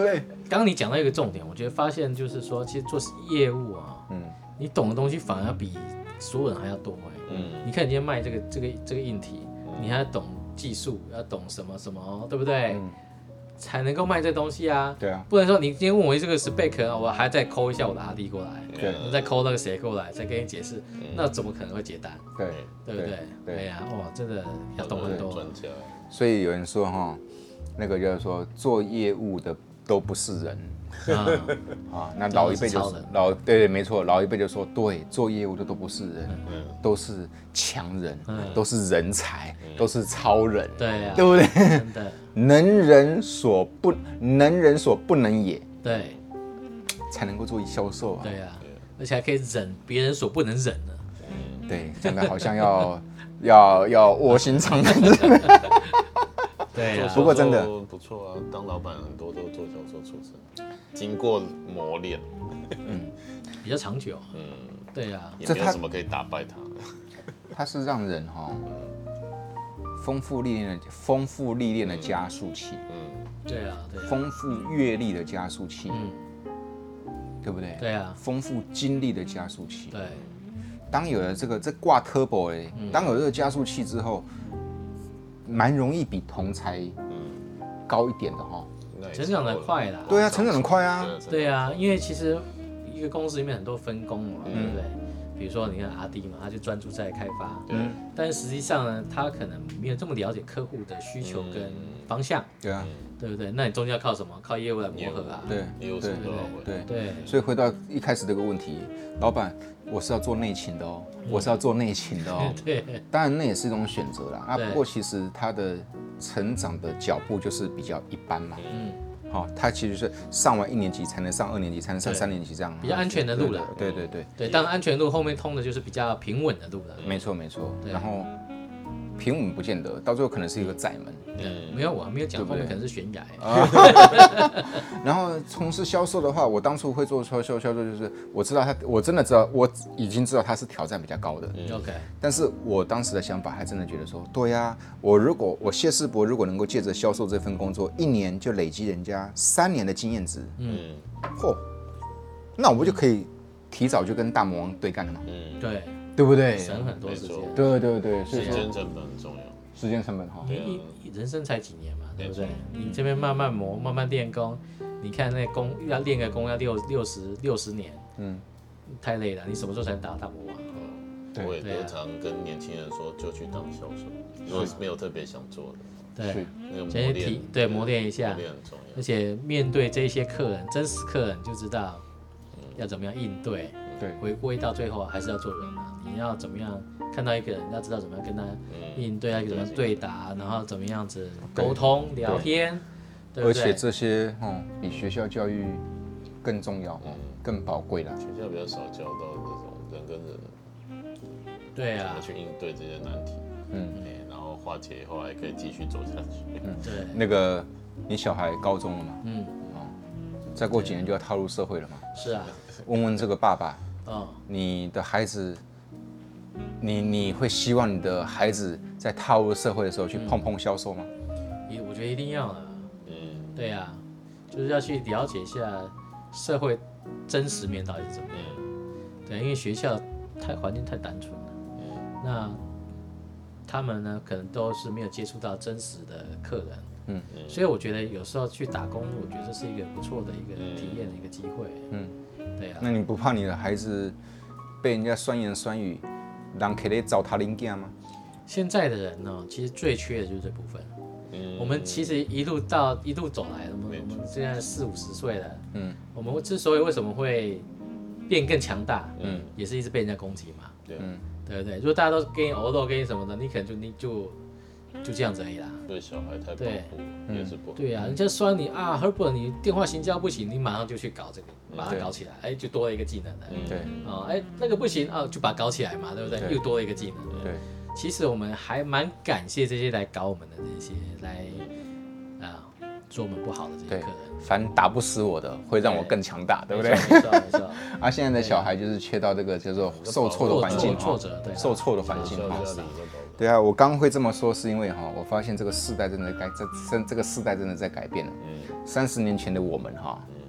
刚刚你讲到一个重点，我觉得发现就是说，其实做业务啊，嗯，你懂的东西反而比所有人还要多哎。嗯，你看你今天卖这个这个这个硬体，你还要懂技术，要懂什么什么，对不对？嗯，才能够卖这东西啊。 对啊， 不能说你今天问我这个 spec， 我还再抠一下我的 R D 过来， 对， 再抠那个谁过来，再跟你解释，那怎么可能会结单？ 对， 对不对？对呀，哇，真的要懂很多。 所以有人说哈，那个就是说做业务的都不是人。啊, 啊，那老一辈就老对对没错，老一辈就说对，做业务的都不是人，嗯、都是强人，嗯、都是人才，嗯、都是超人， 对呀、啊， 对不对？ 真的， 能人所不能人所不能也， 对， 才能够做销售啊， 对呀、啊，而且还可以忍别人所不能忍呢， 嗯、对，讲的好像要要要卧薪尝胆。 对啊， 不过真的不错啊，当老板很多都做销售出身，经过磨练， 嗯，比较长久，嗯，对啊， 也没有什么可以打败他。 他是让人哈丰富历练的丰富历练的加速器， 嗯，对啊，对， 丰富阅历的加速器，嗯，对不对？ 对啊， 丰富经历的加速器， 对。 当有了这个这挂 turbo 哎，当有了这个加速器之后。蛮容易比同才高一点的哈， 成长得快啦。 对啊，成长得快啊。 对啊，因为其实一个公司里面很多分工嘛，对不对？比如说你看 R D 嘛，他就专注在开发，嗯，但是实际上呢，他可能没有这么了解客户的需求跟方向， 对啊， 对不对？那你中间要靠什么？靠业务来磨合啊。 对， 对对对对。 所以回到一开始这个问题，老板，我是要做内勤的哦，我是要做内勤的哦。 对， 当然那也是一种选择啦。啊，不过其实他的成长的脚步就是比较一般嘛。嗯。好，他其实是上完一年级才能上二年级，才能上三年级这样。 比较安全的路了。 对对对。 对，当然安全路后面通的就是比较平稳的路了。 没错没错。然后平稳不见得，到最后可能是一个窄门。 嗯，没有，我还没有讲后面可能是悬崖。 然后从事销售的话，我当初会做销售销售，就是我知道他，我真的知道，我已经知道他是挑战比较高的。 OK。 但是我当时的想法还真的觉得说，对呀、啊，我如果我谢世博如果能够借着销售这份工作，一年就累积人家三年的经验值，嗯，嚯，那我不就可以提早就跟大魔王对干了吗？ 嗯，对， 对不对？ 省很多时间。 对对对， 时间成本很重要。 时间成本哈， 你人生才几年嘛，对不对？你这边慢慢磨，慢慢练功，你看那功要练个功要六六十六十年，嗯，太累了。你什么时候才能打到大魔王？ 对，我也都常跟年轻人说，就去当销售，如果没有特别想做的， 对， 那个先提对磨练一下， 磨练很重要。 而且面对这些客人，真实客人就知道要怎么样应对。 对， 回归到最后还是要做人嘛，你要怎么样？看到一个人，要知道怎么样跟他应对，要怎么样对答，然后怎么样子沟通聊天，对不对？ 而且这些哦，比学校教育更重要，更宝贵啦。 学校比较少教到这种人跟人， 对啊， 怎么去应对这些难题，嗯，然后化解以后还可以继续走下去。 嗯，对。 那个，你小孩高中了嘛？嗯，哦，再过几年就要踏入社会了嘛？ 是啊。 问问这个爸爸，哦，你的孩子。你你会希望你的孩子在踏入社会的时候去碰碰销售吗？ 嗯、我觉得一定要啊。嗯，对呀、啊，就是要去了解一下社会真实面到底是怎么样。对，因为学校太环境太单纯了。嗯，那他们呢，可能都是没有接触到真实的客人。嗯，所以我觉得有时候去打工，我觉得这是一个不错的一个体验的一个机会。嗯，对啊。 那你不怕你的孩子被人家酸言酸语？人可以糟蹋零件吗？ 现在的人呢、喔，其实最缺的就是这部分。嗯，我们其实一路到一路走来，我们我们现在四五十岁了，嗯，我们之所以为什么会变更强大，嗯，也是一直被人家攻击嘛，对，嗯，对不对？如果大家都给你偶斗，给你什么的，你可能就你就就这样子而已啦。 对小孩太保护也是不好。 对啊，人家酸你啊 ，Herbert， 你电话行销不行，你马上就去搞这个，把它搞起来，哎，就多了一个技能了。 对， 哦，哎，那个不行啊，就把它搞起来嘛，对不对？又多了一个技能。 对， 其实我们还蛮感谢这些来搞我们的这些来啊做我们不好的这些客人。 凡打不死我的，会让我更强大，对不对？ 没错没错。 啊，现在的小孩就是缺到这个叫做受挫的环境， 挫折，对， 受挫的环境哈。对啊，我刚会这么说，是因为哈，我发现这个世代真的改，这这这个世代真的在改变了。嗯，三十年前的我们哈，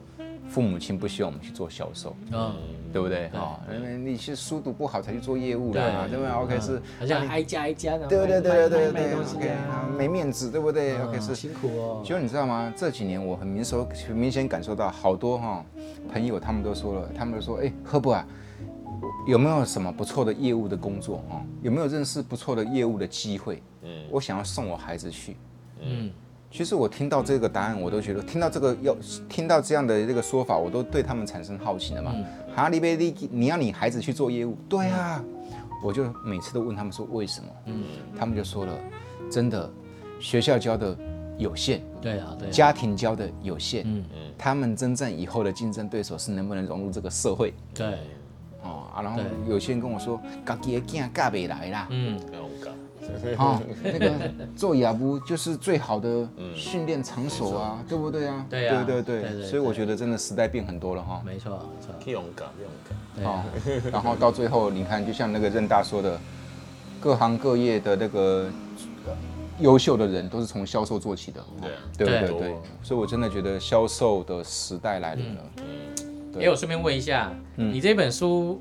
父母亲不希望我们去做销售，嗯，对不对？哦，你是书读不好才去做业务啦，对不对 ？OK 是， 好像挨家挨家的， 对对对对对对东西啊， 没面子，对不对 ？OK 是辛苦哦。 结果你知道吗？这几年我很明熟明显感受到好多哈朋友他们都说了，他们都说，哎，赫伯啊。有没有什么不错的业务的工作啊？有没有认识不错的业务的机会？嗯，我想要送我孩子去。嗯，其实我听到这个答案，我都觉得听到这个要听到这样的这个说法，我都对他们产生好奇了嘛。哈利贝利，你要你孩子去做业务？对啊，我就每次都问他们说为什么？嗯，他们就说了，真的，学校教的有限， 对啊，对， 家庭教的有限，嗯嗯，他们真正以后的竞争对手是能不能融入这个社会？ 对。 哦啊，然后有些人跟我说，家己的囝教不来啦，嗯，哦，那个做业务就是最好的训练场所啊，对不对啊？ 对啊， 对对对，所以我觉得真的时代变很多了哈。 没错，没错， 勇敢，勇敢。 好，然后到最后，你看，就像那个任大说的，各行各业的那个优秀的人都是从销售做起的，对对对对，所以我真的觉得销售的时代来临了。 哎，我顺便问一下，嗯、你这本书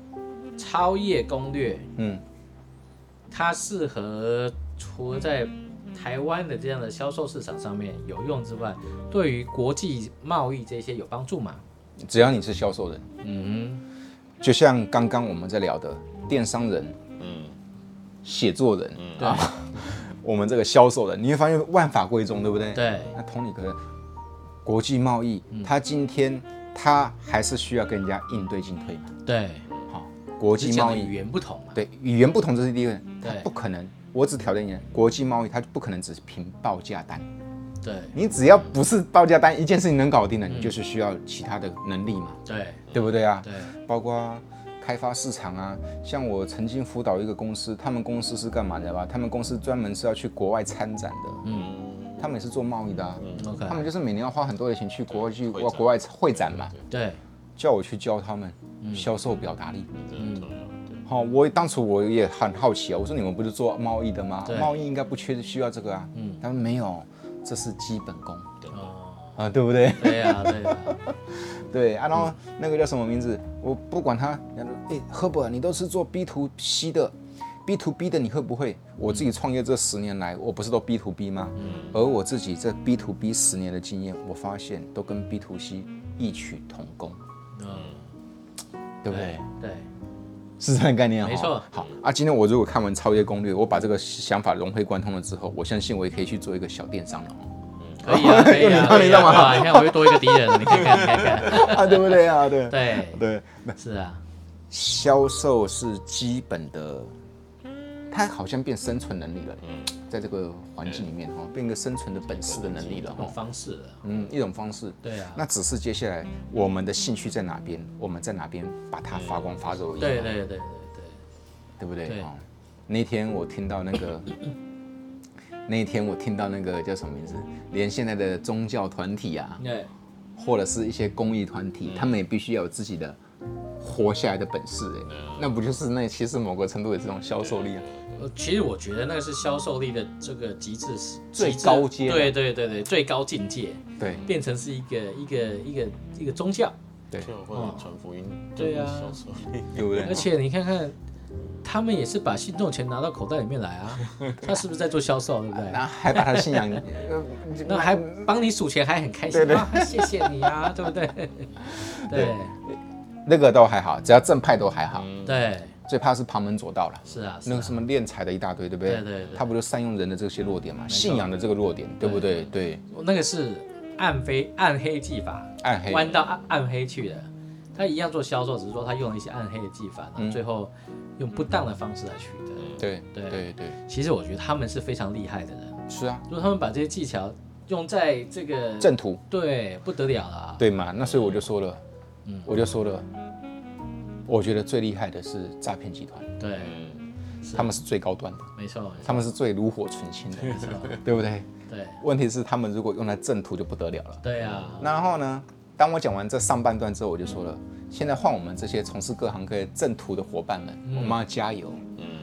《超业攻略》，嗯，它适合除了在台湾的这样的销售市场上面有用之外，对于国际贸易这些有帮助吗？ 只要你是销售人，嗯，就像刚刚我们在聊的电商人，嗯，写作人，嗯、啊，我们这个销售人，你会发现万法归宗，对不对？ 对。 那同理可国际贸易，嗯、它今天。他还是需要跟人家应对进退嘛？ 对， 好，国际贸易语言不同嘛？ 对，语言不同这是第一个，它不可能。我只挑战你，国际贸易它不可能只是凭报价单。 对， 你只要不是报价单一件事情能搞定的，你就是需要其他的能力嘛？ 对， 对不对啊？ 对， 包括开发市场啊，像我曾经辅导一个公司，他们公司是干嘛的吧？他们公司专门是要去国外参展的。嗯。他们也是做贸易的、啊嗯 okay. 他们就是每年要花很多的钱去国外去国外会展嘛， 对， 叫我去教他们销售表达力。嗯，好，我当初我也很好奇啊，我说你们不是做贸易的吗？贸易应该不缺需要这个啊。嗯，他们没有，这是基本功。哦，啊，对不对？ 对呀、啊，对呀、啊， 对啊。然后那个叫什么名字？我不管他，哎，赫伯，你都是做 B to C 的。B to B 的你会不会？我自己创业这十年来，我不是都 B to B 吗？嗯、而我自己这 B to B 十年的经验，我发现都跟 B to C 异曲同工。嗯，对不对？ 对， 是这样的概念。 没错。 好啊，今天我如果看完《超业攻略》，我把这个想法融会贯通了之后，我相信我也可以去做一个小电商了。 可以啊，可以啊，你知道吗？你看我又多一个敌人，你看看，你看看， 啊，对不对啊？对对对， 是啊。 销售是基本的。它好像变生存能力了，在这个环境里面哈，变一个生存的本事的能力了， 一种方式了， 嗯，一种方式， 对啊。 那只是接下来我们的兴趣在哪边，我们在哪边把它发光发热， 对对对对对， 对不对？哦，那天我听到那个，那一天我听到那个叫什么名字？连现在的宗教团体啊，对，或者是一些公益团体，他们也必须要有自己的活下来的本事，哎，那不就是那其实某个程度也是这种销售力啊。 其实我觉得那个是销售力的这个极致， 最高阶， 对对对对，最高境界， 对， 变成是一个一个一个一个宗教， 对， 或者传福音， 对啊， 销售力， 对不对？ 而且你看看，他们也是把信众钱拿到口袋里面来啊，他是不是在做销售，对不对？ 那还把他的信仰， 那还帮你数钱，还很开心， 对对， 啊，谢谢你啊，对不对？对， 那个都还好，只要正派都还好， 对。 最怕是旁门左道了， 是啊， 那个什么敛财的一大堆，对不对？ 对对对， 他不就善用人的这些弱点嘛，信仰的这个弱点，对不对？对， 那个是暗飞暗黑技法， 暗黑弯到暗暗黑去的，他一样做销售，只是说他用了一些暗黑的技法，然后最后用不当的方式来取得。 对对对对， 其实我觉得他们是非常厉害的人， 是啊， 如果他们把这些技巧用在这个正途， 对，不得了了， 对嘛？那所以我就说了，嗯，我就说了。我觉得最厉害的是诈骗集团， 对， 他们是最高端的， 没错， 他们是最炉火纯青的，没错，对不对？ 对。 问题是他们如果用在正途就不得了了。 对啊。 然后呢，当我讲完这上半段之后，我就说了，现在换我们这些从事各行各业正途的伙伴们，嗯、我们要加油。嗯。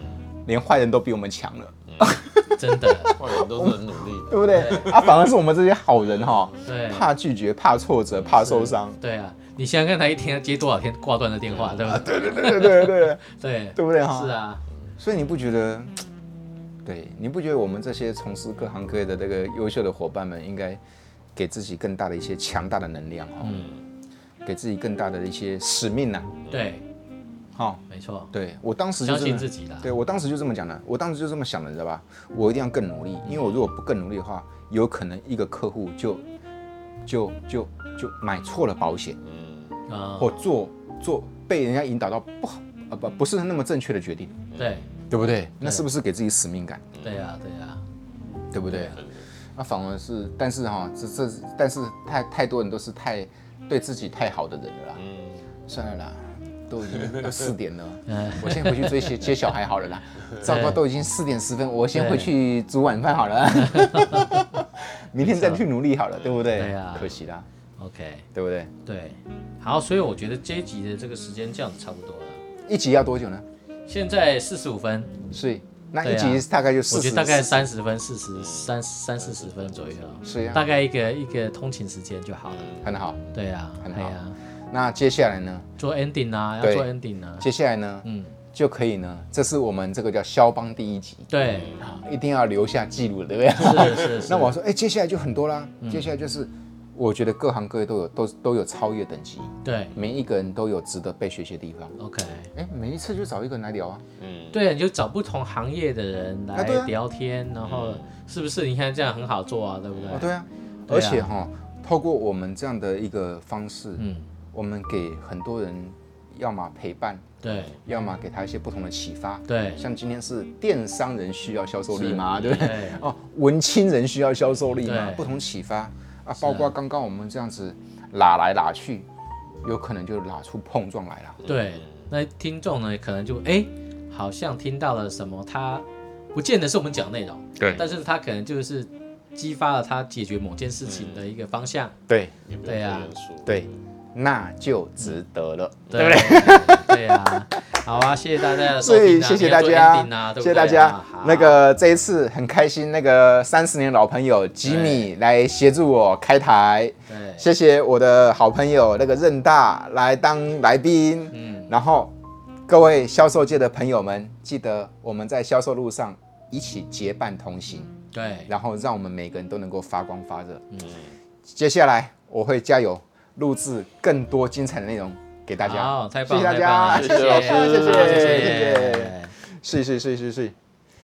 连坏人都比我们强了。 真的， 坏人都是很努力的， 对不对？啊，反而是我们这些好人哈， 对， 怕拒绝，怕挫折，怕受伤。 对啊，你想想看，他一天接多少天挂断的电话，对吧？ 对对对对对对对， 对不对哈？ 是啊， 所以你不觉得？对，你不觉得我们这些从事各行各业的这个优秀的伙伴们，应该给自己更大的一些强大的能量哈？嗯，给自己更大的一些使命呐。 对。 好， 没错， 对我当时就相信自己啦。 对我当时就这么讲的，我当时就这么想的，你知道吧？我一定要更努力，因为我如果不更努力的话，有可能一个客户就就就就买错了保险，嗯啊，或做做被人家引导到不好啊不不是那么正确的决定， 对对不对？那是不是给自己使命感？ 对呀对呀， 对不对？那反而是，但是哈，这这但是太太多人都是太对自己太好的人了啦，嗯，算了啦。都已经都四点了，我先回去追接接小孩好了啦。糟糕，都已经四点十分，我先回去煮晚饭好了，明天再去努力好了，对不对？ 对啊， 可惜啦。 OK， 对不对？ 对，好，所以我觉得这一集的这个时间这样子差不多了。 一集要多久呢？ 现在四十五分， 是，那一集大概就四十， 我觉得大概三十分，四十三三四十分左右， 是啊， 大概一个一个通勤时间就好了。 很好， 对啊， 很好。那接下来呢？ 做 ending 啊，要做 ending 啊。 接下来呢，嗯，就可以呢，这是我们这个叫肖邦第一集， 对， 一定要留下记录，对不对？ 是是是。 那我说，哎，接下来就很多啦，接下来就是我觉得各行各业都有都都有超越等级， 对， 每一个人都有值得被学习的地方。 OK， 哎，每一次就找一个人来聊啊， 嗯，对，你就找不同行业的人来聊天，然后是不是？你看这样很好做啊，对不对？ 哦，对啊，而且哈，透过我们这样的一个方式，嗯。我们给很多人，要么陪伴， 对， 要么给他一些不同的启发， 对。 像今天是电商人需要销售力吗？对不对？哦，文青人需要销售力吗？不同启发啊，包括刚刚我们这样子拉来拉去，有可能就拉出碰撞来了。 对，那听众呢，可能就哎，好像听到了什么，他不见得是我们讲的内容， 对， 但是他可能就是激发了他解决某件事情的一个方向， 对， 对呀， 对。那就值得了， 嗯、对不对？对啊，好啊，谢谢大家的收听、啊， 所以谢谢大家， 啊、 谢谢大家。那个这一次很开心，那个三十年老朋友吉米来协助我开台， 对， 谢谢我的好朋友那个任大来当来宾，嗯，然后各位销售界的朋友们，记得我们在销售路上一起结伴同行， 对， 然后让我们每个人都能够发光发热，嗯，接下来我会加油。录制更多精彩的内容给大家， 好，太棒了， 谢谢大家， 谢谢老师， 谢谢，谢谢，谢谢，是是是是是。